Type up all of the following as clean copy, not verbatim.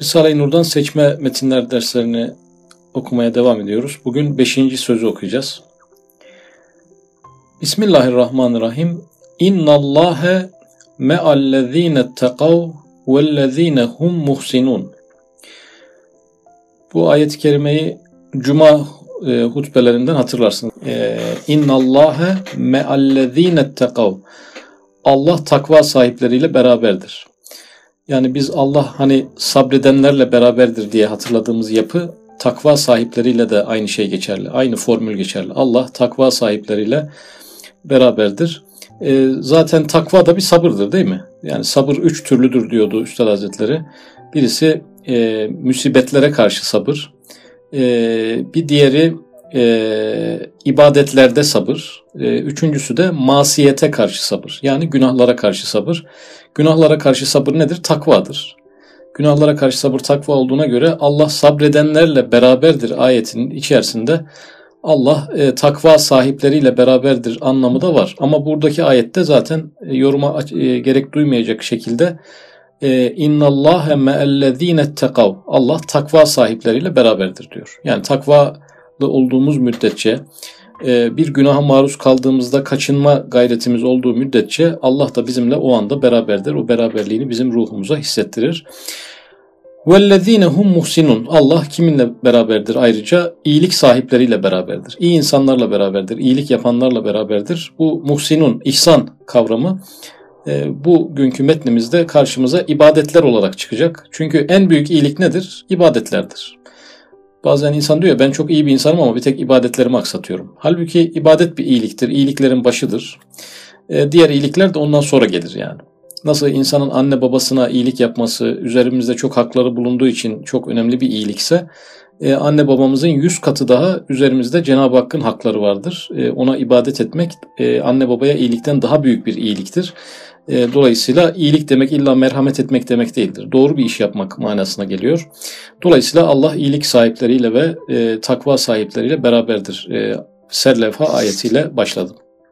Risale-i Nur'dan seçme metinler derslerini okumaya devam ediyoruz. Bugün 5. sözü okuyacağız. Bismillahirrahmanirrahim. İnnallâhe me'allezînetteqav vellezînehum muhsinun. Bu ayet-i kerimeyi Cuma hutbelerinden hatırlarsın. İnnallâhe me'allezînetteqav. Allah takva sahipleriyle beraberdir. Yani biz Allah hani sabredenlerle beraberdir diye hatırladığımız yapı, takva sahipleriyle de aynı şey geçerli. Aynı formül geçerli. Allah takva sahipleriyle beraberdir. Zaten takva da bir sabırdır değil mi? Yani sabır 3 türlüdür diyordu Üstad Hazretleri. Birisi musibetlere karşı sabır. Bir diğeri ibadetlerde sabır. Üçüncüsü de masiyete karşı sabır. Yani günahlara karşı sabır. Günahlara karşı sabır nedir? Takvadır. Günahlara karşı sabır takva olduğuna göre Allah sabredenlerle beraberdir ayetinin içerisinde Allah takva sahipleriyle beraberdir anlamı da var. Ama buradaki ayette zaten yoruma gerek duymayacak şekilde innallâhe me'ellezînetteqav. Allah takva sahipleriyle beraberdir diyor. Yani takvalı olduğumuz müddetçe, bir günaha maruz kaldığımızda kaçınma gayretimiz olduğu müddetçe Allah da bizimle o anda beraberdir. O beraberliğini bizim ruhumuza hissettirir. وَالَّذ۪ينَهُمْ muhsinun. Allah kiminle beraberdir ayrıca? İyilik sahipleriyle beraberdir. İyi insanlarla beraberdir. İyilik yapanlarla beraberdir. Bu muhsinun, ihsan kavramı bugünkü metnimizde karşımıza ibadetler olarak çıkacak. Çünkü en büyük iyilik nedir? İbadetlerdir. Bazen insan diyor ben çok iyi bir insanım ama bir tek ibadetlerimi aksatıyorum. Halbuki ibadet bir iyiliktir. İyiliklerin başıdır. Diğer iyilikler de ondan sonra gelir yani. Nasıl insanın anne babasına iyilik yapması üzerimizde çok hakları bulunduğu için çok önemli bir iyilikse, anne babamızın 100 katı daha üzerimizde Cenab-ı Hakk'ın hakları vardır. Ona ibadet etmek anne babaya iyilikten daha büyük bir iyiliktir. Dolayısıyla iyilik demek illa merhamet etmek demek değildir. Doğru bir iş yapmak manasına geliyor. Dolayısıyla Allah iyilik sahipleriyle ve takva sahipleriyle beraberdir. Serlevha ayetiyle başladım.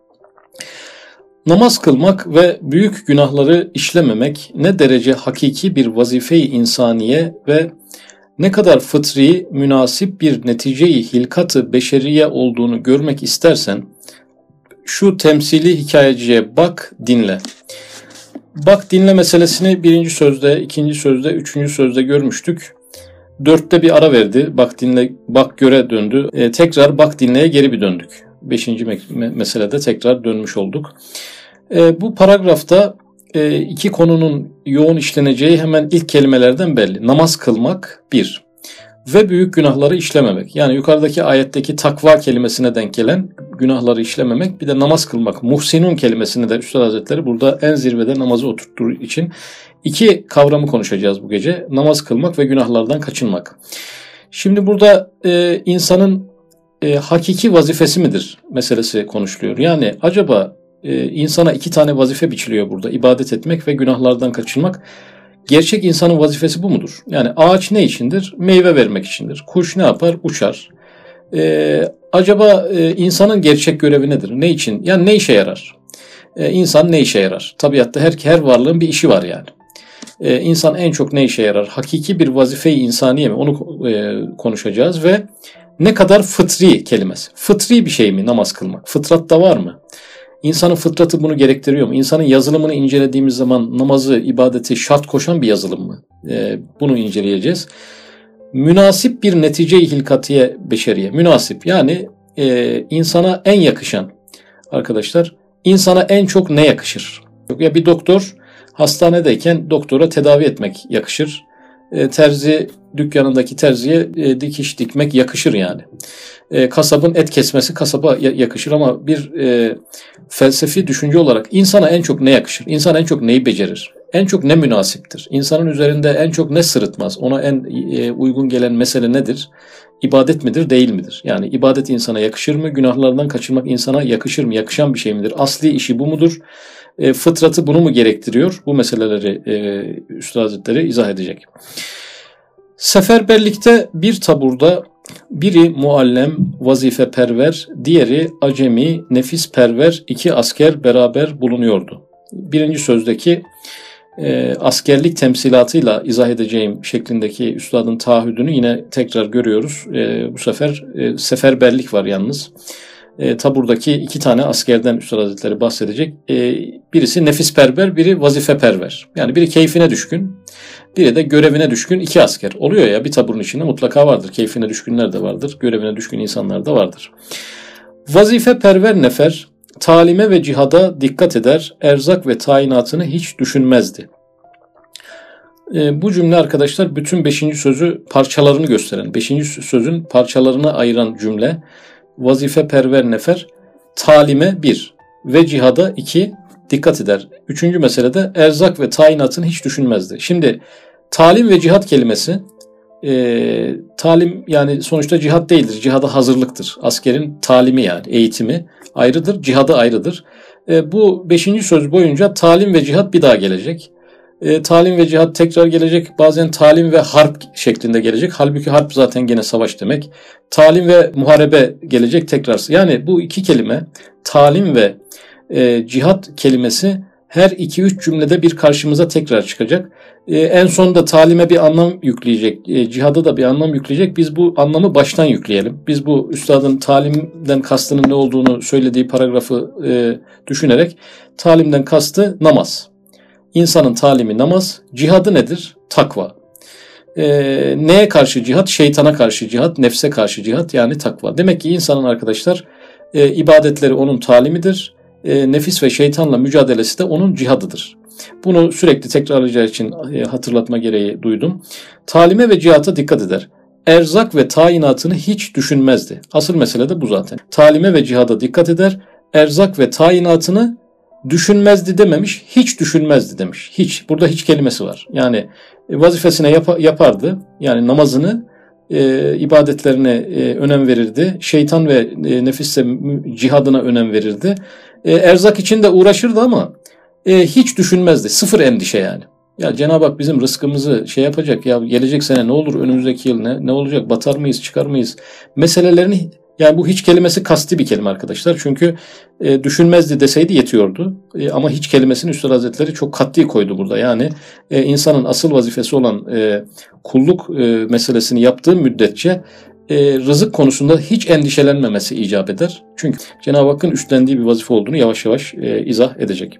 Namaz kılmak ve büyük günahları işlememek ne derece hakiki bir vazife-i insaniye ve ne kadar fıtri, münasip bir netice-i hilkat-ı beşeriye olduğunu görmek istersen, şu temsili hikayeciye bak, dinle. Bak, dinle meselesini 1. sözde, 2. sözde, 3. sözde görmüştük. 4'te bir ara verdi. Bak, dinle, bak, göre döndü. Tekrar bak, dinleye geri bir döndük. 5. meselede tekrar dönmüş olduk. Bu paragrafta iki konunun yoğun işleneceği hemen ilk kelimelerden belli. Namaz kılmak 1 ve büyük günahları işlememek. Yani yukarıdaki ayetteki takva kelimesine denk gelen günahları işlememek, bir de namaz kılmak. Muhsinun kelimesini de Üstad Hazretleri burada en zirvede namazı oturttuğu için iki kavramı konuşacağız bu gece. Namaz kılmak ve günahlardan kaçınmak. Şimdi burada insanın hakiki vazifesi midir meselesi konuşuluyor. Yani acaba insana 2 tane vazife biçiliyor burada. İbadet etmek ve günahlardan kaçınmak. Gerçek insanın vazifesi bu mudur? Yani ağaç ne içindir? Meyve vermek içindir. Kuş ne yapar? Uçar. Acaba insanın gerçek görevi nedir? Ne için? Yani ne işe yarar? İnsan ne işe yarar? Tabiatta her varlığın bir işi var yani. İnsan en çok ne işe yarar? Hakiki bir vazife-i insaniye mi? Onu konuşacağız ve ne kadar fıtri kelimesi. Fıtri bir şey mi namaz kılmak? Fıtratta var mı? İnsanın fıtratı bunu gerektiriyor mu? İnsanın yazılımını incelediğimiz zaman namazı, ibadeti şart koşan bir yazılım mı? Bunu inceleyeceğiz. Münasip bir netice-i hilkatiye beşeriye. Münasip yani insana en yakışan arkadaşlar. İnsana en çok ne yakışır? Ya bir doktor hastanedeyken doktora tedavi etmek yakışır. Terzi dükkanındaki terziye dikiş dikmek yakışır yani. Kasabın et kesmesi kasaba yakışır ama bir felsefi düşünce olarak insana en çok ne yakışır? İnsan en çok neyi becerir? En çok ne münasiptir? İnsanın üzerinde en çok ne sırıtmaz? Ona en uygun gelen mesele nedir? İbadet midir, değil midir? Yani ibadet insana yakışır mı? Günahlardan kaçınmak insana yakışır mı? Yakışan bir şey midir? Asli işi bu mudur? Fıtratı bunu mu gerektiriyor? Bu meseleleri Üstad Hazretleri izah edecek. Seferberlikte bir taburda biri muallem, vazifeperver, diğeri acemi, nefisperver 2 asker beraber bulunuyordu. 1. sözdeki askerlik temsilatıyla izah edeceğim şeklindeki üstadın taahhüdünü yine tekrar görüyoruz. Bu sefer seferberlik var yalnız. Taburdaki 2 tane askerden Üstad Hazretleri bahsedecek. Birisi nefisperver, biri vazifeperver. Yani biri keyfine düşkün, biri de görevine düşkün 2 asker. Oluyor ya, bir taburun içinde mutlaka vardır. Keyfine düşkünler de vardır, görevine düşkün insanlar da vardır. Vazifeperver nefer talime ve cihada dikkat eder, erzak ve tayinatını hiç düşünmezdi. Bu cümle arkadaşlar bütün 5. sözü parçalarını gösteren, 5. sözün parçalarını ayıran cümle. Vazifeperver nefer talime 1 ve cihada 2 dikkat eder. 3. meselede erzak ve tayinatını hiç düşünmezdi. Şimdi talim ve cihat kelimesi, talim yani sonuçta cihat değildir. Cihada hazırlıktır. Askerin talimi yani eğitimi ayrıdır, cihadı ayrıdır. Bu 5. söz boyunca talim ve cihat bir daha gelecek. Talim ve cihat tekrar gelecek. Bazen talim ve harp şeklinde gelecek. Halbuki harp zaten gene savaş demek. Talim ve muharebe gelecek tekrar. Yani bu 2 kelime talim ve cihat kelimesi her 2-3 cümlede bir karşımıza tekrar çıkacak. En sonunda talime bir anlam yükleyecek. Cihada da bir anlam yükleyecek. Biz bu anlamı baştan yükleyelim. Biz bu üstadın talimden kastının ne olduğunu söylediği paragrafı düşünerek talimden kastı namaz. İnsanın talimi namaz. Cihadı nedir? Takva. Neye karşı cihat? Şeytana karşı cihat, nefse karşı cihat yani takva. Demek ki insanın arkadaşlar ibadetleri onun talimidir. Nefis ve şeytanla mücadelesi de onun cihadıdır. Bunu sürekli tekrarlayacağı için hatırlatma gereği duydum. Talime ve cihata dikkat eder. Erzak ve tayinatını hiç düşünmezdi. Asıl mesele de bu zaten. Talime ve cihada dikkat eder. Erzak ve tayinatını düşünmezdi dememiş, hiç düşünmezdi demiş. Hiç. Burada hiç kelimesi var. Yani vazifesine yapardı. Yani namazını, ibadetlerine önem verirdi. Şeytan ve nefisse cihadına önem verirdi. Erzak için de uğraşırdı ama hiç düşünmezdi. Sıfır endişe yani. Ya Cenab-ı Hak bizim rızkımızı yapacak. Ya gelecek sene ne olur? Önümüzdeki yıl ne olacak? Batar mıyız? Çıkar mıyız? Meselelerini, yani bu hiç kelimesi kasti bir kelime arkadaşlar. Çünkü düşünmezdi deseydi yetiyordu. Ama hiç kelimesini Üstad Hazretleri çok katli koydu burada. Yani insanın asıl vazifesi olan kulluk meselesini yaptığı müddetçe rızık konusunda hiç endişelenmemesi icap eder. Çünkü Cenab-ı Hakk'ın üstlendiği bir vazife olduğunu yavaş yavaş izah edecek.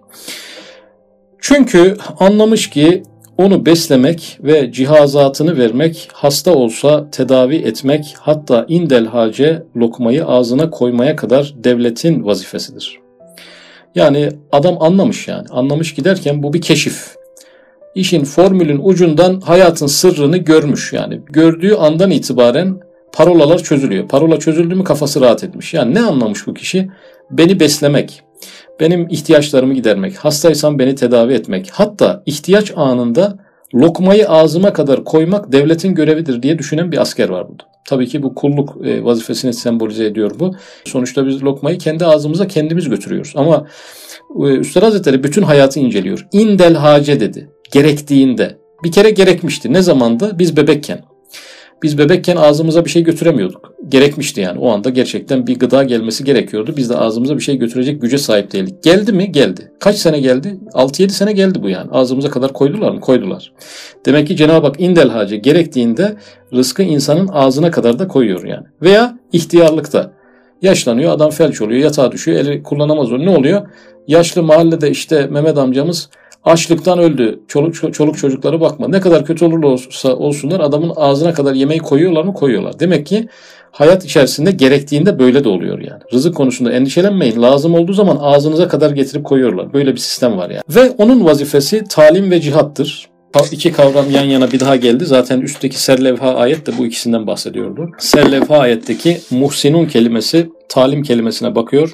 Çünkü anlamış ki onu beslemek ve cihazatını vermek, hasta olsa tedavi etmek, hatta indel hace lokmayı ağzına koymaya kadar devletin vazifesidir. Yani adam anlamış yani. Anlamış giderken bu bir keşif. İşin formülün ucundan hayatın sırrını görmüş yani. Gördüğü andan itibaren parolalar çözülüyor. Parola çözüldü mü kafası rahat etmiş. Yani ne anlamış bu kişi? Beni beslemek, benim ihtiyaçlarımı gidermek, hastaysam beni tedavi etmek, hatta ihtiyaç anında lokmayı ağzıma kadar koymak devletin görevidir diye düşünen bir asker var burada. Tabii ki bu kulluk vazifesini sembolize ediyor bu. Sonuçta biz lokmayı kendi ağzımıza kendimiz götürüyoruz. Ama Üstad Hazretleri bütün hayatı inceliyor. İndel hace dedi. Gerektiğinde. Bir kere gerekmişti. Ne zamandı? Biz bebekken. Biz bebekken ağzımıza bir şey götüremiyorduk. Gerekmişti yani. O anda gerçekten bir gıda gelmesi gerekiyordu. Biz de ağzımıza bir şey götürecek güce sahip değildik. Geldi mi? Geldi. Kaç sene geldi? 6-7 sene geldi bu yani. Ağzımıza kadar koydular mı? Koydular. Demek ki Cenab-ı Hak indel hace gerektiğinde rızkı insanın ağzına kadar da koyuyor yani. Veya ihtiyarlıkta. Yaşlanıyor, adam felç oluyor, yatağa düşüyor, eli kullanamaz oluyor. Ne oluyor? Yaşlı mahallede işte Mehmet amcamız açlıktan öldü. Çoluk çocukları bakma. Ne kadar kötü olursa olsunlar adamın ağzına kadar yemeği koyuyorlar mı? Koyuyorlar. Demek ki hayat içerisinde gerektiğinde böyle de oluyor yani. Rızık konusunda endişelenmeyin. Lazım olduğu zaman ağzınıza kadar getirip koyuyorlar. Böyle bir sistem var yani. Ve onun vazifesi talim ve cihattır. 2 kavram yan yana bir daha geldi. Zaten üstteki serlevha ayet de bu ikisinden bahsediyordu. Serlevha ayetteki muhsinun kelimesi talim kelimesine bakıyor.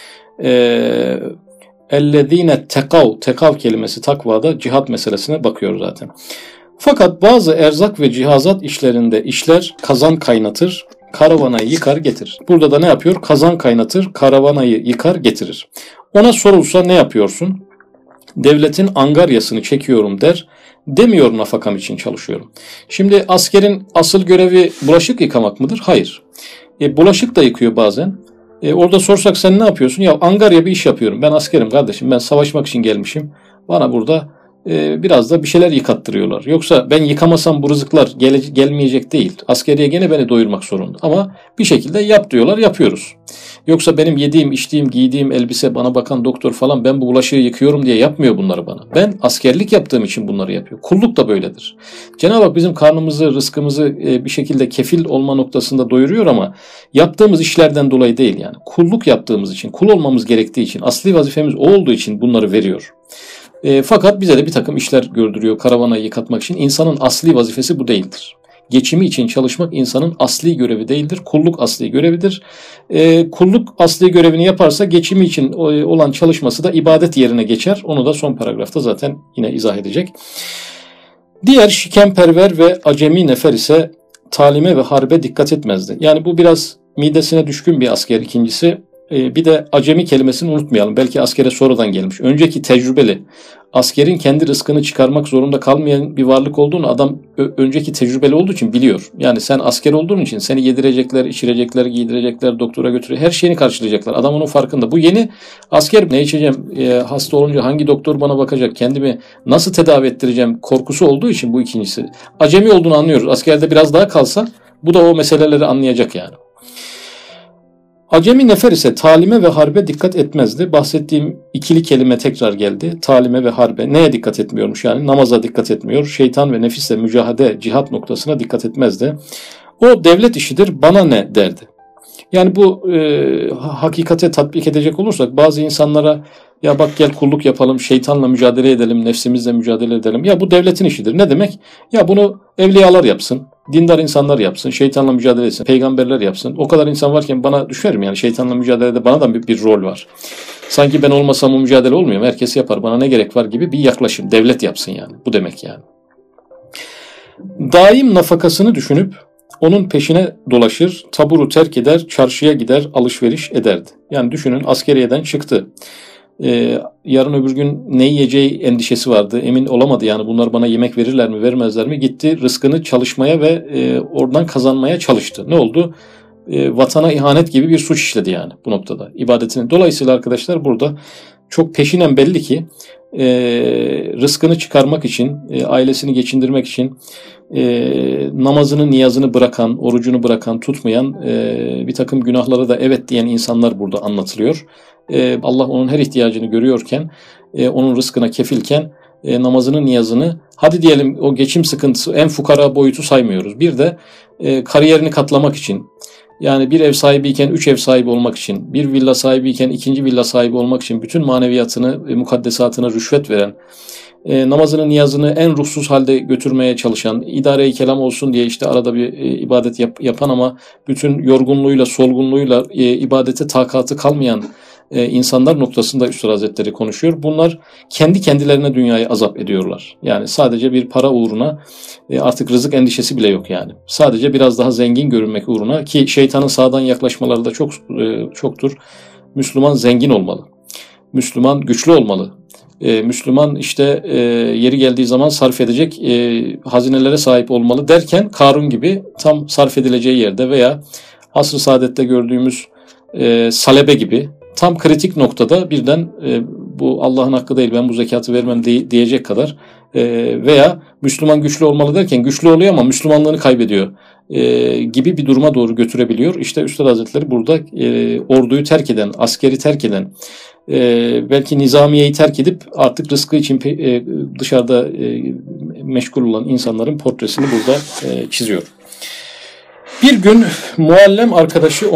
اَلَّذ۪ينَ tekav kelimesi takvada cihat meselesine bakıyor zaten. Fakat bazı erzak ve cihazat işlerinde işler kazan kaynatır, karavanayı yıkar getirir. Burada da ne yapıyor? Kazan kaynatır, karavanayı yıkar getirir. Ona sorulsa ne yapıyorsun? Devletin angaryasını çekiyorum der. Demiyor nafakam için çalışıyorum. Şimdi askerin asıl görevi bulaşık yıkamak mıdır? Hayır. Bulaşık da yıkıyor bazen. Orada sorsak sen ne yapıyorsun? Ya angarya bir iş yapıyorum. Ben askerim kardeşim. Ben savaşmak için gelmişim. Bana burada biraz da bir şeyler yıkattırıyorlar. Yoksa ben yıkamasam bu rızıklar gelmeyecek değil. Askeriye gene beni doyurmak zorunda. Ama bir şekilde yap diyorlar, yapıyoruz. Yoksa benim yediğim, içtiğim, giydiğim elbise, bana bakan doktor falan, ben bu bulaşığı yıkıyorum diye yapmıyor bunları bana. Ben askerlik yaptığım için bunları yapıyor. Kulluk da böyledir. Cenab-ı Hak bizim karnımızı, rızkımızı bir şekilde kefil olma noktasında doyuruyor ama yaptığımız işlerden dolayı değil yani. Kulluk yaptığımız için, kul olmamız gerektiği için, asli vazifemiz o olduğu için bunları veriyor. Fakat bize de bir takım işler gördürüyor karavanayı yıkatmak için. İnsanın asli vazifesi bu değildir. Geçimi için çalışmak insanın asli görevi değildir. Kulluk asli görevidir. Kulluk asli görevini yaparsa geçimi için olan çalışması da ibadet yerine geçer. Onu da son paragrafta zaten yine izah edecek. Diğer şikenperver ve acemi nefer ise talime ve harbe dikkat etmezdi. Yani bu biraz midesine düşkün bir asker ikincisi. Bir de acemi kelimesini unutmayalım. Belki askere sonradan gelmiş. Önceki tecrübeli, askerin kendi rızkını çıkarmak zorunda kalmayan bir varlık olduğunu adam önceki tecrübeli olduğu için biliyor. Yani sen asker olduğun için seni yedirecekler, içirecekler, giydirecekler, doktora götürecekler. Her şeyini karşılayacaklar. Adam onun farkında. Bu yeni asker, ne içeceğim, hasta olunca hangi doktor bana bakacak, kendimi nasıl tedavi ettireceğim korkusu olduğu için bu ikincisi. Acemi olduğunu anlıyoruz. Askerde biraz daha kalsa bu da o meseleleri anlayacak yani. Acemi nefer ise talime ve harbe dikkat etmezdi. Bahsettiğim ikili kelime tekrar geldi. Talime ve harbe. Neye dikkat etmiyormuş yani? Namaza dikkat etmiyor. Şeytan ve nefisle mücadele, cihat noktasına dikkat etmezdi. O devlet işidir, bana ne derdi. Yani bu hakikate tatbik edecek olursak bazı insanlara ya bak gel kulluk yapalım, şeytanla mücadele edelim, nefsimizle mücadele edelim. Ya bu devletin işidir. Ne demek? Ya bunu evliyalar yapsın, dindar insanlar yapsın, şeytanla mücadele etsin, peygamberler yapsın. O kadar insan varken bana düşer mi yani şeytanla mücadelede bana da bir rol var. Sanki ben olmasam o mücadele olmuyor mu? Herkes yapar, bana ne gerek var gibi bir yaklaşım. Devlet yapsın yani. Bu demek yani. Daim nafakasını düşünüp onun peşine dolaşır, taburu terk eder, çarşıya gider, alışveriş ederdi. Yani düşünün, askeriyeden çıktı. Yarın öbür gün ne yiyeceği endişesi vardı. Emin olamadı yani bunlar bana yemek verirler mi vermezler mi? Gitti rızkını çalışmaya ve oradan kazanmaya çalıştı. Ne oldu? Vatana ihanet gibi bir suç işledi yani bu noktada ibadetini. Dolayısıyla arkadaşlar burada çok peşinen belli ki rızkını çıkarmak için, ailesini geçindirmek için namazını, niyazını bırakan, orucunu bırakan, tutmayan, bir takım günahlara da evet diyen insanlar burada anlatılıyor. Allah onun her ihtiyacını görüyorken, onun rızkına kefilken, namazını, niyazını, hadi diyelim o geçim sıkıntısı en fukara boyutu saymıyoruz. Bir de kariyerini katlamak için, yani bir ev sahibiyken 3 ev sahibi olmak için, bir villa sahibiyken 2. villa sahibi olmak için bütün maneviyatını, mukaddesatına rüşvet veren, namazını, niyazını en ruhsuz halde götürmeye çalışan, idare-i kelam olsun diye işte arada bir ibadet yapan ama bütün yorgunluğuyla, solgunluğuyla ibadete takatı kalmayan insanlar noktasında Üstad Hazretleri konuşuyor. Bunlar kendi kendilerine dünyayı azap ediyorlar. Yani sadece bir para uğruna artık rızık endişesi bile yok yani. Sadece biraz daha zengin görünmek uğruna, ki şeytanın sağdan yaklaşmaları da çoktur. Müslüman zengin olmalı. Müslüman güçlü olmalı. Müslüman işte yeri geldiği zaman sarf edecek hazinelere sahip olmalı derken Karun gibi tam sarf edileceği yerde veya Asr-ı Saadet'te gördüğümüz salebe gibi tam kritik noktada birden bu Allah'ın hakkı değil, ben bu zekatı vermem diyecek kadar veya Müslüman güçlü olmalı derken güçlü oluyor ama Müslümanlığını kaybediyor gibi bir duruma doğru götürebiliyor. İşte Üstad Hazretleri burada orduyu terk eden, askeri terk eden, belki nizamiyeyi terk edip artık rızkı için dışarıda meşgul olan insanların portresini burada çiziyor. Bir gün muallem arkadaşı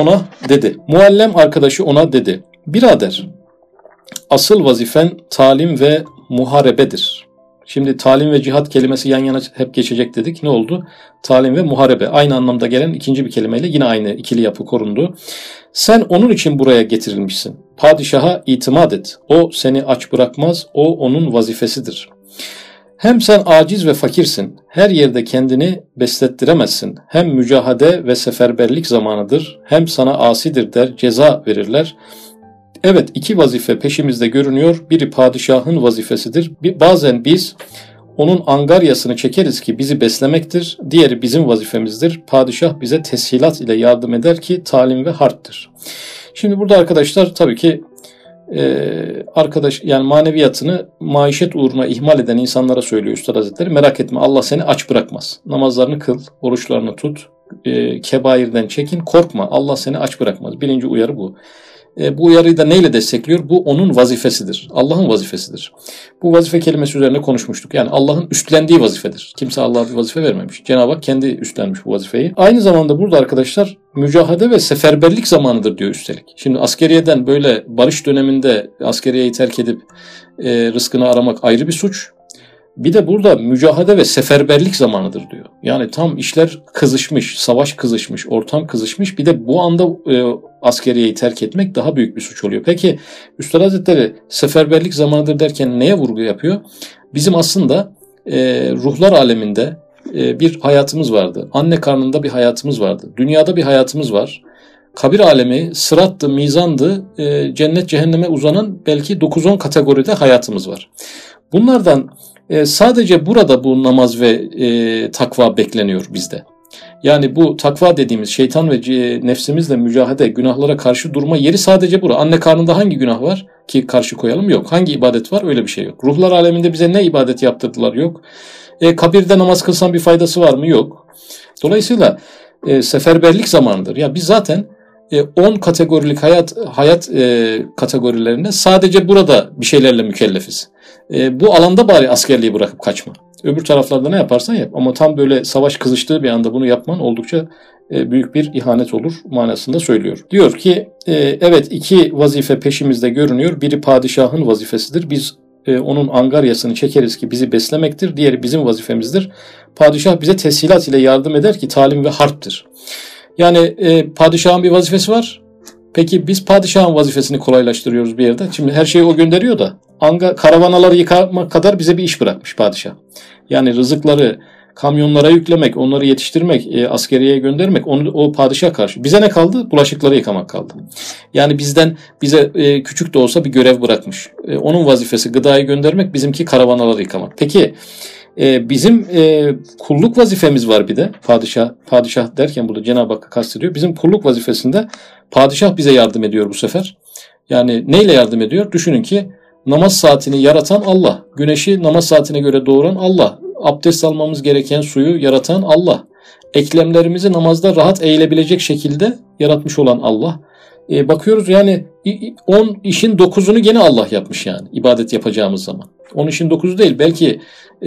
ona dedi. Birader, asıl vazifen talim ve muharebedir. Şimdi talim ve cihat kelimesi yan yana hep geçecek dedik. Ne oldu? Talim ve muharebe. Aynı anlamda gelen ikinci bir kelimeyle yine aynı ikili yapı korundu. Sen onun için buraya getirilmişsin. Padişaha itimat et. O seni aç bırakmaz. O onun vazifesidir. Hem sen aciz ve fakirsin. Her yerde kendini beslettiremezsin. Hem mücahede ve seferberlik zamanıdır. Hem sana asidir der, ceza verirler. Evet, iki vazife peşimizde görünüyor. Biri padişahın vazifesidir. Bazen biz onun angaryasını çekeriz ki bizi beslemektir. Diğeri bizim vazifemizdir. Padişah bize teshilat ile yardım eder ki talim ve harptir. Şimdi burada arkadaşlar tabii ki arkadaş yani maneviyatını maişet uğruna ihmal eden insanlara söylüyor Üstad Hazretleri. Merak etme, Allah seni aç bırakmaz. Namazlarını kıl, oruçlarını tut, kebairden çekin, korkma. Allah seni aç bırakmaz. Birinci uyarı bu. Bu uyarıyı da neyle destekliyor? Bu onun vazifesidir. Allah'ın vazifesidir. Bu vazife kelimesi üzerine konuşmuştuk. Yani Allah'ın üstlendiği vazifedir. Kimse Allah'a bir vazife vermemiş. Cenab-ı Hak kendi üstlenmiş bu vazifeyi. Aynı zamanda burada arkadaşlar mücahede ve seferberlik zamanıdır diyor üstelik. Şimdi askeriyeden böyle barış döneminde askeriyeyi terk edip rızkını aramak ayrı bir suç. Bir de burada mücahede ve seferberlik zamanıdır diyor. Yani tam işler kızışmış, savaş kızışmış, ortam kızışmış. Bir de bu anda askeriyeyi terk etmek daha büyük bir suç oluyor. Peki Üstad Hazretleri seferberlik zamanıdır derken neye vurgu yapıyor? Bizim aslında ruhlar aleminde bir hayatımız vardı. Anne karnında bir hayatımız vardı. Dünyada bir hayatımız var. Kabir alemi, sırattı, mizandı, cennet cehenneme uzanan belki 9-10 kategoride hayatımız var. Bunlardan sadece burada bu namaz ve takva bekleniyor bizde. Yani bu takva dediğimiz şeytan ve nefsimizle mücadele, günahlara karşı durma yeri sadece bura. Anne karnında hangi günah var ki karşı koyalım? Yok. Hangi ibadet var? Öyle bir şey yok. Ruhlar aleminde bize ne ibadet yaptırdılar? Yok. Kabirde namaz kılsan bir faydası var mı? Yok. Dolayısıyla seferberlik zamanıdır. Ya biz zaten 10 kategorilik hayat kategorilerinde sadece burada bir şeylerle mükellefiz. Bu alanda bari askerliği bırakıp kaçma. Öbür taraflarda ne yaparsan yap. Ama tam böyle savaş kızıştığı bir anda bunu yapman oldukça büyük bir ihanet olur manasında söylüyor. Diyor ki evet, iki vazife peşimizde görünüyor. Biri padişahın vazifesidir. Biz onun angaryasını çekeriz ki bizi beslemektir. Diğeri bizim vazifemizdir. Padişah bize teshilat ile yardım eder ki talim ve harptir. Yani padişahın bir vazifesi var. Peki biz padişahın vazifesini kolaylaştırıyoruz bir yerde. Şimdi her şeyi o gönderiyor da karavanaları yıkamak kadar bize bir iş bırakmış padişah. Yani rızıkları kamyonlara yüklemek, onları yetiştirmek, askeriyeye göndermek o padişah karşı. Bize ne kaldı? Bulaşıkları yıkamak kaldı. Yani bize küçük de olsa bir görev bırakmış. Onun vazifesi gıdayı göndermek, bizimki karavanaları yıkamak. Peki bizim kulluk vazifemiz var bir de. Padişah derken burada Cenab-ı Hakk'ı kastediyor. Bizim kulluk vazifesinde padişah bize yardım ediyor bu sefer. Yani neyle yardım ediyor? Düşünün ki namaz saatini yaratan Allah. Güneşi namaz saatine göre doğuran Allah. Abdest almamız gereken suyu yaratan Allah. Eklemlerimizi namazda rahat eğilebilecek şekilde yaratmış olan Allah. Bakıyoruz yani 10 işin 9'unu gene Allah yapmış yani ibadet yapacağımız zaman. 10 işin 9'u değil, belki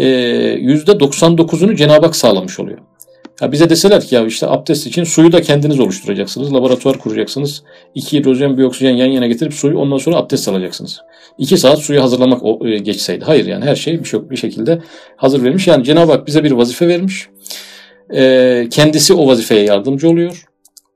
%99'unu Cenab-ı Hak sağlamış oluyor. Ya bize deseler ki ya işte abdest için suyu da kendiniz oluşturacaksınız. Laboratuvar kuracaksınız. 2 hidrojen bir oksijen yan yana getirip suyu, ondan sonra abdest alacaksınız. 2 saat suyu hazırlamak geçseydi. Hayır, yani her şey bir şekilde hazır verilmiş. Yani Cenab-ı Hak bize bir vazife vermiş. Kendisi o vazifeye yardımcı oluyor.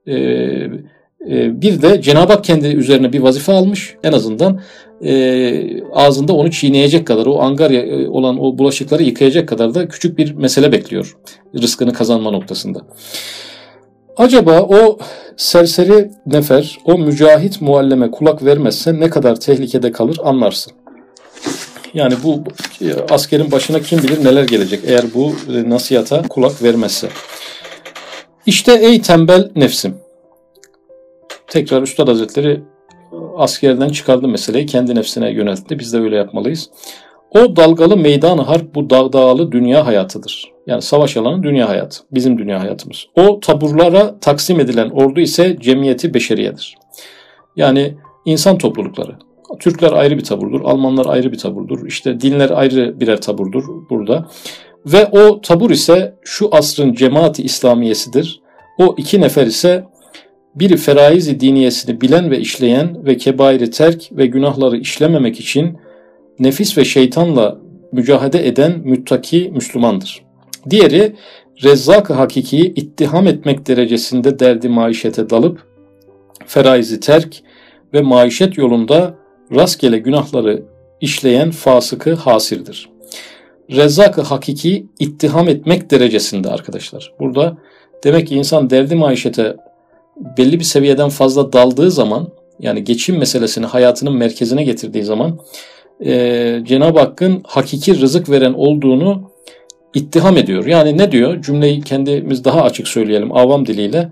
Bir de Cenab-ı Hak kendi üzerine bir vazife almış. En azından ağzında onu çiğneyecek kadar, o angarya olan o bulaşıkları yıkayacak kadar da küçük bir mesele bekliyor rızkını kazanma noktasında. Acaba o serseri nefer, o mücahit mualleme kulak vermezse ne kadar tehlikede kalır anlarsın. Yani bu askerin başına kim bilir neler gelecek eğer bu nasihata kulak vermezse. İşte ey tembel nefsim. Tekrar Üstad Hazretleri askerden çıkardı meseleyi, kendi nefsine yöneltti. Biz de öyle yapmalıyız. O dalgalı meydan-ı harp, bu dağdağlı dünya hayatıdır. Yani savaş alanı dünya hayatı. Bizim dünya hayatımız. O taburlara taksim edilen ordu ise cemiyeti beşeriyedir. Yani insan toplulukları. Türkler ayrı bir taburdur. Almanlar ayrı bir taburdur. İşte dinler ayrı birer taburdur burada. Ve o tabur ise şu asrın cemaati İslamiyesidir. O iki nefer ise biri feraiz-i diniyesini bilen ve işleyen ve kebairi terk ve günahları işlememek için nefis ve şeytanla mücadele eden müttaki Müslümandır. Diğeri Rezzak-ı Hakiki'yi ittiham etmek derecesinde derdi maişete dalıp feraiz-i terk ve maişet yolunda rastgele günahları işleyen fasıkı hasirdir. Rezzak-ı Hakiki ittiham etmek derecesinde arkadaşlar. Burada demek ki insan derdi maişete belli bir seviyeden fazla daldığı zaman, yani geçim meselesini hayatının merkezine getirdiği zaman Cenab-ı Hakk'ın hakiki rızık veren olduğunu ittiham ediyor. Yani ne diyor? Cümleyi kendimiz daha açık söyleyelim avam diliyle.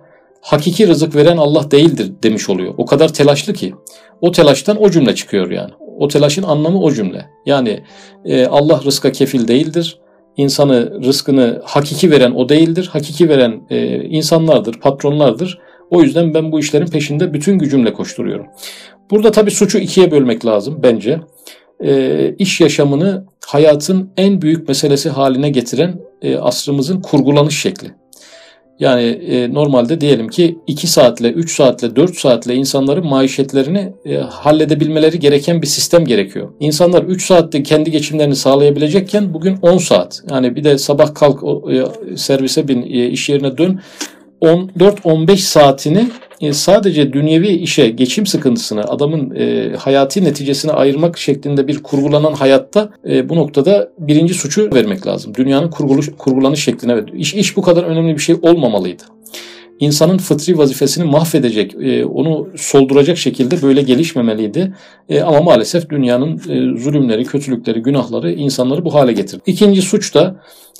hakiki rızık veren Allah değildir demiş oluyor. O kadar telaşlı ki. O telaştan o cümle çıkıyor yani. O telaşın anlamı o cümle. Yani Allah rızka kefil değildir. İnsanı, rızkını hakiki veren o değildir. Hakiki veren insanlardır, patronlardır. O yüzden ben bu işlerin peşinde bütün gücümle koşturuyorum. Burada tabii suçu ikiye bölmek lazım bence. İş yaşamını hayatın en büyük meselesi haline getiren asrımızın kurgulanış şekli. Yani normalde diyelim ki 2 saatle, 3 saatle, 4 saatle insanların maişetlerini halledebilmeleri gereken bir sistem gerekiyor. İnsanlar 3 saatte kendi geçimlerini sağlayabilecekken bugün 10 saat. Yani bir de sabah kalk servise bin, iş yerine dön. 14-15 saatini sadece dünyevi işe, geçim sıkıntısına, adamın hayati neticesine ayırmak şeklinde bir kurgulanan hayatta bu noktada birinci suçu vermek lazım. Dünyanın kurgulanış şekline. İş bu kadar önemli bir şey olmamalıydı. İnsanın fıtri vazifesini mahvedecek, onu solduracak şekilde böyle gelişmemeliydi. Ama maalesef dünyanın zulümleri, kötülükleri, günahları insanları bu hale getirdi. İkinci suç da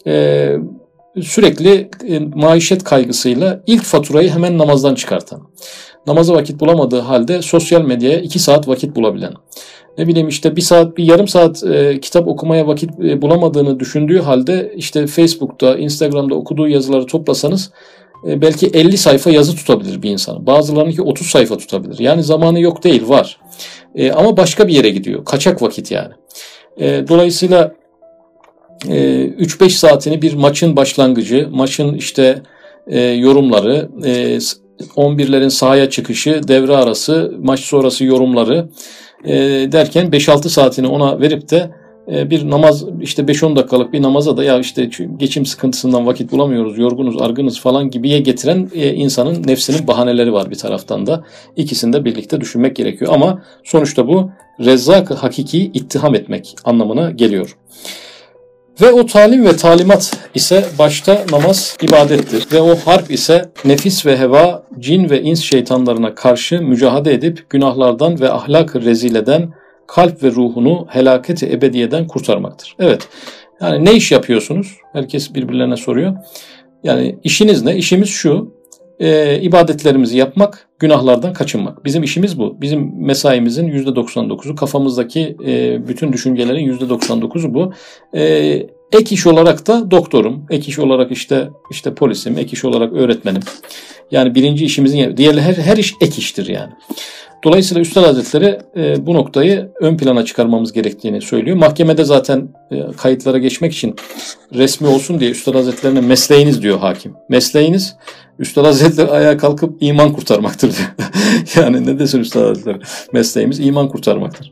sürekli maişet kaygısıyla ilk faturayı hemen namazdan çıkartan. Namaza vakit bulamadığı halde sosyal medyaya 2 saat vakit bulabilen. Ne bileyim işte 1 saat, bir yarım saat kitap okumaya vakit bulamadığını düşündüğü halde işte Facebook'ta, Instagram'da okuduğu yazıları toplasanız belki 50 sayfa yazı tutabilir bir insan. Bazılarınınki 30 sayfa tutabilir. Yani zamanı yok değil, var. Ama başka bir yere gidiyor. Kaçak vakit yani. Dolayısıyla 3-5 saatini bir maçın başlangıcı, maçın işte yorumları, 11'lerin sahaya çıkışı, devre arası, maç sonrası yorumları derken 5-6 saatini ona verip de bir namaz, işte 5-10 dakikalık bir namaza da ya işte geçim sıkıntısından vakit bulamıyoruz, yorgunuz, argınız falan gibiye getiren insanın nefsinin bahaneleri var bir taraftan da. İkisini de birlikte düşünmek gerekiyor. Ama sonuçta bu Rezzak-ı Hakiki'yi ittiham etmek anlamına geliyor. Ve o talim ve talimat ise başta namaz ibadettir. Ve o harp ise nefis ve heva, cin ve ins şeytanlarına karşı mücadele edip günahlardan ve ahlak-ı rezileden kalp ve ruhunu helaketi ebediyeden kurtarmaktır. Evet, yani ne iş yapıyorsunuz? Herkes birbirlerine soruyor. Yani işiniz ne? İşimiz şu, ibadetlerimizi yapmak, günahlardan kaçınmak. Bizim işimiz bu. Bizim mesaimizin %99'u, kafamızdaki bütün düşüncelerin %99'u bu. Ek iş olarak da doktorum, ek iş olarak işte polisim, ek iş olarak öğretmenim. Yani birinci işimizin, diğer her iş ek iştir yani. Dolayısıyla Üstad Hazretleri bu noktayı ön plana çıkarmamız gerektiğini söylüyor. Mahkemede zaten kayıtlara geçmek için resmi olsun diye Üstad Hazretlerine mesleğiniz diyor hakim. Mesleğiniz, Üstad Hazretleri ayağa kalkıp iman kurtarmaktır diyor. Yani ne desin Üstad Hazretleri? Mesleğimiz iman kurtarmaktır.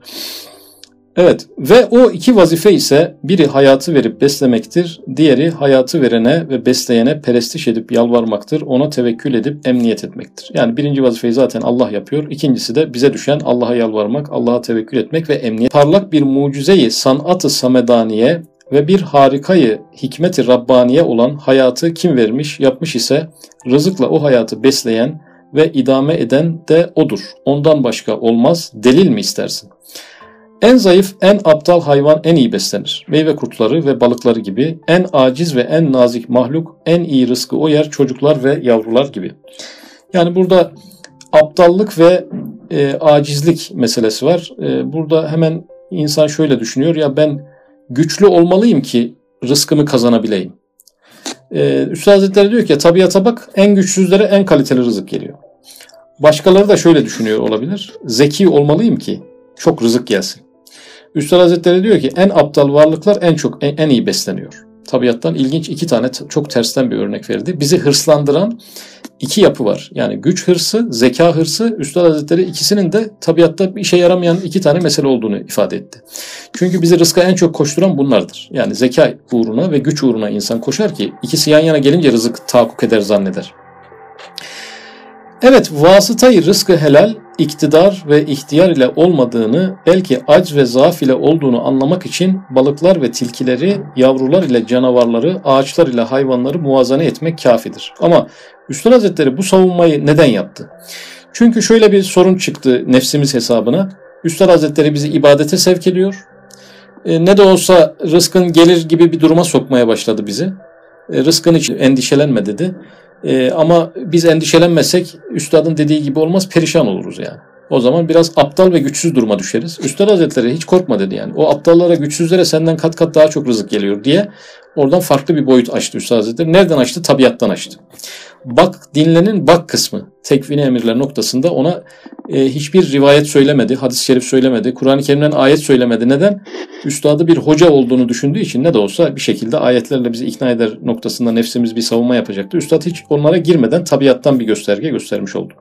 Evet, ve o iki vazife ise biri hayatı verip beslemektir, diğeri hayatı verene ve besleyene perestiş edip yalvarmaktır, ona tevekkül edip emniyet etmektir. Yani birinci vazifeyi zaten Allah yapıyor, ikincisi de bize düşen Allah'a yalvarmak, Allah'a tevekkül etmek ve emniyet. Parlak bir mucizeyi sanat-ı samedaniye ve bir harikayı hikmet-i Rabbaniye olan hayatı kim vermiş, yapmış ise rızıkla o hayatı besleyen ve idame eden de odur. Ondan başka olmaz, delil mi istersin? En zayıf, en aptal hayvan en iyi beslenir. Meyve kurtları ve balıkları gibi. En aciz ve en nazik mahluk en iyi rızkı o yer çocuklar ve yavrular gibi. Yani burada aptallık ve acizlik meselesi var. Burada hemen insan şöyle düşünüyor. Ya ben güçlü olmalıyım ki rızkımı kazanabileyim. Üstad Hazretleri diyor ki tabiata bak, en güçsüzlere en kaliteli rızık geliyor. Başkaları da şöyle düşünüyor olabilir. Zeki olmalıyım ki çok rızık gelsin. Üstad Hazretleri diyor ki en aptal varlıklar en iyi besleniyor. Tabiattan ilginç 2 tane çok tersten bir örnek verdi. Bizi hırslandıran 2 yapı var. Yani güç hırsı, zeka hırsı. Üstad Hazretleri ikisinin de tabiatta bir işe yaramayan 2 tane mesele olduğunu ifade etti. Çünkü bizi rızka en çok koşturan bunlardır. Yani zeka uğruna ve güç uğruna insan koşar ki ikisi yan yana gelince rızık tahakkuk eder zanneder. Evet, vasıtayı rızkı helal, iktidar ve ihtiyar ile olmadığını, belki acz ve zaaf ile olduğunu anlamak için balıklar ve tilkileri, yavrular ile canavarları, ağaçlar ile hayvanları muvazene etmek kafidir. Ama Üstad Hazretleri bu savunmayı neden yaptı? Çünkü şöyle bir sorun çıktı nefsimiz hesabına. Üstad Hazretleri bizi ibadete sevk ediyor. Ne de olsa rızkın gelir gibi bir duruma sokmaya başladı bizi. Rızkın için endişelenme dedi. Ama biz endişelenmesek üstadın dediği gibi olmaz, perişan oluruz yani. O zaman biraz aptal ve güçsüz duruma düşeriz. Üstad Hazretleri hiç korkma dedi yani. O aptallara, güçsüzlere senden kat kat daha çok rızık geliyor diye oradan farklı bir boyut açtı Üstad Hazretleri. Nereden açtı? Tabiattan açtı. Bak, dinlenin bak kısmı tekvini emirler noktasında ona hiçbir rivayet söylemedi, hadis-i şerif söylemedi, Kur'an-ı Kerim'den ayet söylemedi. Neden? Üstadı bir hoca olduğunu düşündüğü için ne de olsa bir şekilde ayetlerle bizi ikna eder noktasında nefsimiz bir savunma yapacaktı. Üstad hiç onlara girmeden tabiattan bir gösterge göstermiş oldu.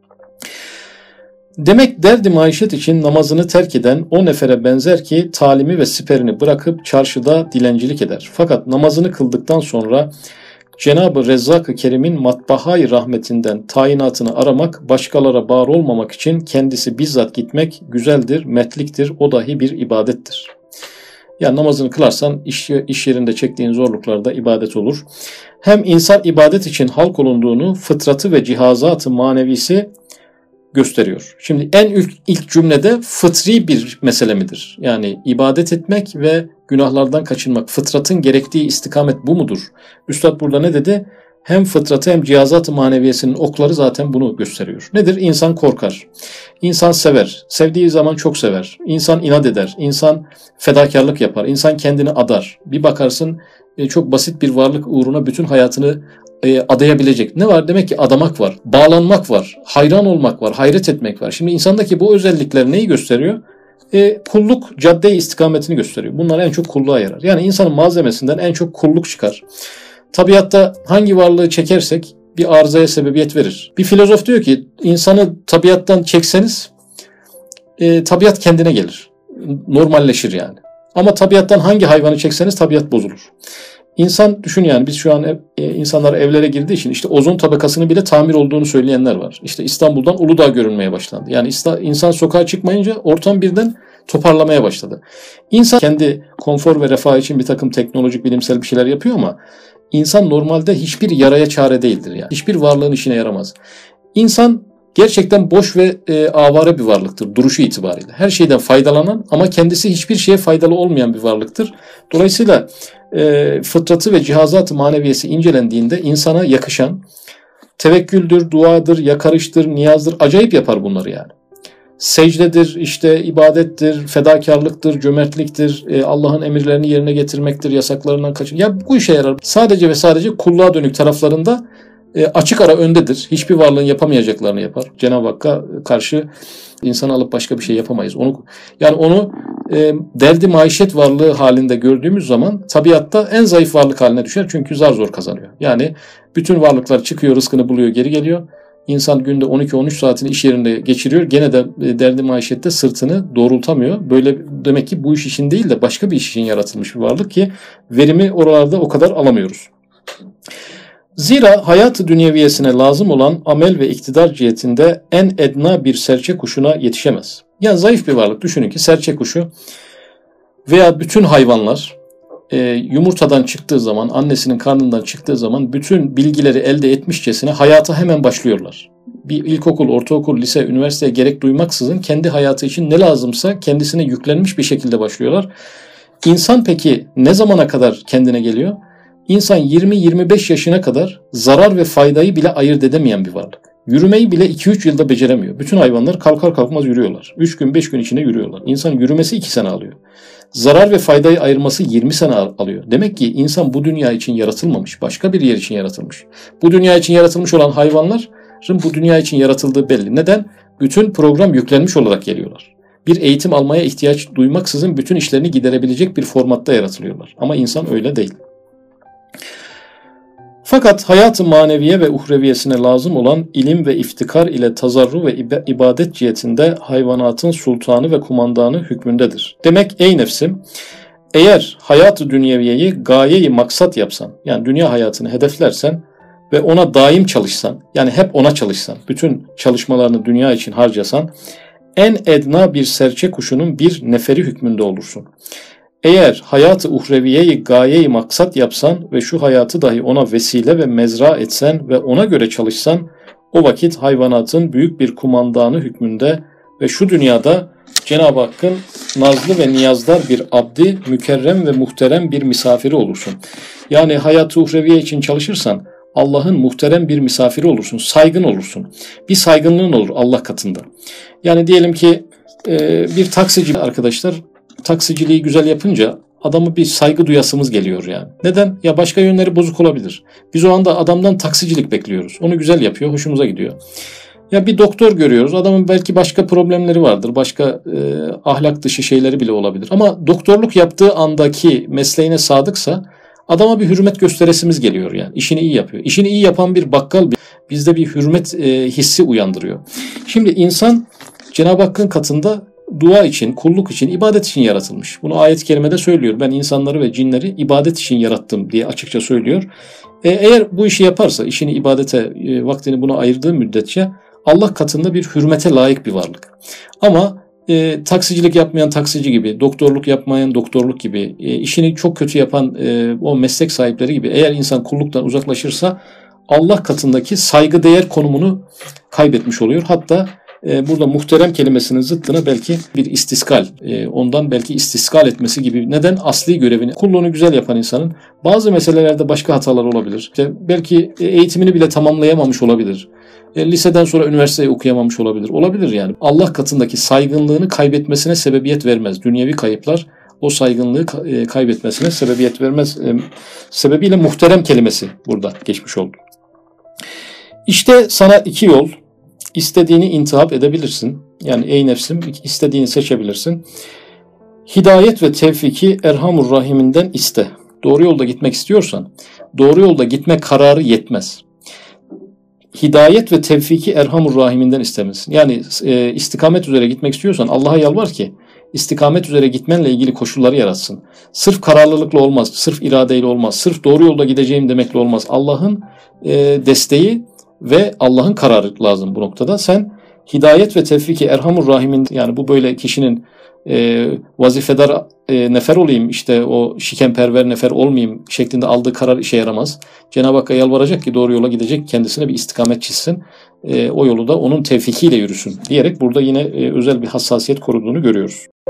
Demek derdi maişet için namazını terk eden o nefere benzer ki talimi ve siperini bırakıp çarşıda dilencilik eder. Fakat namazını kıldıktan sonra Cenab-ı Rezzak-ı Kerim'in matbahayı rahmetinden tayinatını aramak, başkalara bağır olmamak için kendisi bizzat gitmek güzeldir, mertliktir, o dahi bir ibadettir. Yani namazını kılarsan iş yerinde çektiğin zorluklarda ibadet olur. Hem insan ibadet için halk olunduğunu fıtratı ve cihazatı manevisi gösteriyor. Şimdi en ilk cümlede fıtri bir mesele midir? Yani ibadet etmek ve günahlardan kaçınmak, fıtratın gerektiği istikamet bu mudur? Üstad burada ne dedi? Hem fıtratı hem cihazat-ı maneviyesinin okları zaten bunu gösteriyor. Nedir? İnsan korkar. İnsan sever. Sevdiği zaman çok sever. İnsan inat eder. İnsan fedakarlık yapar. İnsan kendini adar. Bir bakarsın çok basit bir varlık uğruna bütün hayatını adayabilecek. Ne var? Demek ki adamak var. Bağlanmak var. Hayran olmak var. Hayret etmek var. Şimdi insandaki bu özellikler neyi gösteriyor? Kulluk cadde-i istikametini gösteriyor. Bunlar en çok kulluğa yarar. Yani insanın malzemesinden en çok kulluk çıkar. Tabiatta hangi varlığı çekersek bir arızaya sebebiyet verir. Bir filozof diyor ki insanı tabiattan çekseniz tabiat kendine gelir. Normalleşir yani. Ama tabiattan hangi hayvanı çekseniz tabiat bozulur. İnsan düşün yani biz şu an insanlar evlere girdiği için işte ozon tabakasının bile tamir olduğunu söyleyenler var. İşte İstanbul'dan Uludağ görünmeye başlandı. Yani insan sokağa çıkmayınca ortam birden toparlamaya başladı. İnsan kendi konfor ve refah için bir takım teknolojik bilimsel bir şeyler yapıyor ama insan normalde hiçbir yaraya çare değildir yani. Hiçbir varlığın işine yaramaz. İnsan gerçekten boş ve avare bir varlıktır duruşu itibariyle. Her şeyden faydalanan ama kendisi hiçbir şeye faydalı olmayan bir varlıktır. Dolayısıyla fıtratı ve cihazat-ı maneviyesi incelendiğinde insana yakışan tevekküldür, duadır, yakarıştır, niyazdır. Acayip yapar bunları yani. Secdedir, işte ibadettir, fedakarlıktır, cömertliktir, Allah'ın emirlerini yerine getirmektir, yasaklarından kaçın. Ya bu işe yarar. Sadece ve sadece kulluğa dönük taraflarında açık ara öndedir. Hiçbir varlığın yapamayacaklarını yapar. Cenab-ı Hakk'a karşı insanı alıp başka bir şey yapamayız. Onu derdi maişet varlığı halinde gördüğümüz zaman tabiatta en zayıf varlık haline düşer. Çünkü zar zor kazanıyor. Yani bütün varlıklar çıkıyor, rızkını buluyor, geri geliyor. İnsan günde 12-13 saatini iş yerinde geçiriyor. Gene de derdi maişette sırtını doğrultamıyor. Böyle demek ki bu iş için değil de başka bir iş için yaratılmış bir varlık ki verimi oralarda o kadar alamıyoruz. Zira hayat-ı dünyeviyesine lazım olan amel ve iktidar cihetinde en edna bir serçe kuşuna yetişemez. Yani zayıf bir varlık. Düşünün ki serçe kuşu veya bütün hayvanlar yumurtadan çıktığı zaman, annesinin karnından çıktığı zaman bütün bilgileri elde etmişçesine hayata hemen başlıyorlar. Bir ilkokul, ortaokul, lise, üniversiteye gerek duymaksızın kendi hayatı için ne lazımsa kendisine yüklenmiş bir şekilde başlıyorlar. İnsan peki ne zamana kadar kendine geliyor? İnsan 20-25 yaşına kadar zarar ve faydayı bile ayırt edemeyen bir varlık. Yürümeyi bile 2-3 yılda beceremiyor. Bütün hayvanlar kalkar kalkmaz yürüyorlar. 3 gün 5 gün içinde yürüyorlar. İnsan yürümesi 2 sene alıyor. Zarar ve faydayı ayırması 20 sene alıyor. Demek ki insan bu dünya için yaratılmamış. Başka bir yer için yaratılmış. Bu dünya için yaratılmış olan hayvanların bu dünya için yaratıldığı belli. Neden? Bütün program yüklenmiş olarak geliyorlar. Bir eğitim almaya ihtiyaç duymaksızın bütün işlerini giderebilecek bir formatta yaratılıyorlar. Ama insan öyle değil. Fakat hayat-ı maneviye ve uhreviyesine lazım olan ilim ve iftikar ile tazarru ve ibadet cihetinde hayvanatın sultanı ve kumandanı hükmündedir. Demek ey nefsim, eğer hayat-ı dünyeviyeyi gaye-i maksat yapsan, yani dünya hayatını hedeflersen ve ona daim çalışsan, yani hep ona çalışsan, bütün çalışmalarını dünya için harcasan, en edna bir serçe kuşunun bir neferi hükmünde olursun. Eğer hayat-ı uhreviyeyi gaye-i maksat yapsan ve şu hayatı dahi ona vesile ve mezra etsen ve ona göre çalışsan, o vakit hayvanatın büyük bir kumandanı hükmünde ve şu dünyada Cenab-ı Hakk'ın nazlı ve niyazdar bir abdi, mükerrem ve muhterem bir misafiri olursun. Yani hayat-ı uhreviye için çalışırsan, Allah'ın muhterem bir misafiri olursun, saygın olursun. Bir saygınlığın olur Allah katında. Yani diyelim ki bir taksici arkadaşlar taksiciliği güzel yapınca adamı bir saygı duyasımız geliyor yani. Neden? Ya başka yönleri bozuk olabilir. Biz o anda adamdan taksicilik bekliyoruz. Onu güzel yapıyor, hoşumuza gidiyor. Ya bir doktor görüyoruz. Adamın belki başka problemleri vardır. Başka ahlak dışı şeyleri bile olabilir. Ama doktorluk yaptığı andaki mesleğine sadıksa adama bir hürmet gösteresimiz geliyor yani. İşini iyi yapıyor. İşini iyi yapan bir bakkal bizde bir hürmet hissi uyandırıyor. Şimdi insan Cenab-ı Hakk'ın katında dua için, kulluk için, ibadet için yaratılmış. Bunu ayet-i kerimede söylüyor. Ben insanları ve cinleri ibadet için yarattım diye açıkça söylüyor. Eğer bu işi yaparsa, işini ibadete, vaktini buna ayırdığı müddetçe Allah katında bir hürmete layık bir varlık. Ama taksicilik yapmayan taksici gibi, doktorluk yapmayan doktorluk gibi, işini çok kötü yapan o meslek sahipleri gibi eğer insan kulluktan uzaklaşırsa Allah katındaki saygıdeğer konumunu kaybetmiş oluyor. Hatta burada muhterem kelimesinin zıttına belki bir istiskal, ondan belki istiskal etmesi gibi. Neden? Asli görevini, kulluğunu güzel yapan insanın bazı meselelerde başka hatalar olabilir. İşte belki eğitimini bile tamamlayamamış olabilir. Liseden sonra üniversiteyi okuyamamış olabilir. Olabilir yani. Allah katındaki saygınlığını kaybetmesine sebebiyet vermez. Dünyevi kayıplar o saygınlığı kaybetmesine sebebiyet vermez. Sebebiyle muhterem kelimesi burada geçmiş oldu. İşte sana iki yol. İstediğini intihap edebilirsin. Yani ey nefsim istediğini seçebilirsin. Hidayet ve tevfiki Erhamur Rahim'inden iste. Doğru yolda gitmek istiyorsan doğru yolda gitme kararı yetmez. Hidayet ve tevfiki Erhamur Rahim'inden istemesin. Yani istikamet üzere gitmek istiyorsan Allah'a yalvar ki istikamet üzere gitmenle ilgili koşulları yaratsın. Sırf kararlılıkla olmaz, sırf iradeyle olmaz, sırf doğru yolda gideceğim demekle olmaz. Allah'ın desteği ve Allah'ın kararı lazım bu noktada. Sen hidayet ve tevfiki Erhamur Rahim'in, yani bu böyle kişinin vazifedar nefer olayım, işte o şikenperver nefer olmayayım şeklinde aldığı karar işe yaramaz. Cenab-ı Hakk'a yalvaracak ki doğru yola gidecek, kendisine bir istikamet çizsin. O yolu da onun tevfikiyle yürüsün diyerek burada yine özel bir hassasiyet koruduğunu görüyoruz.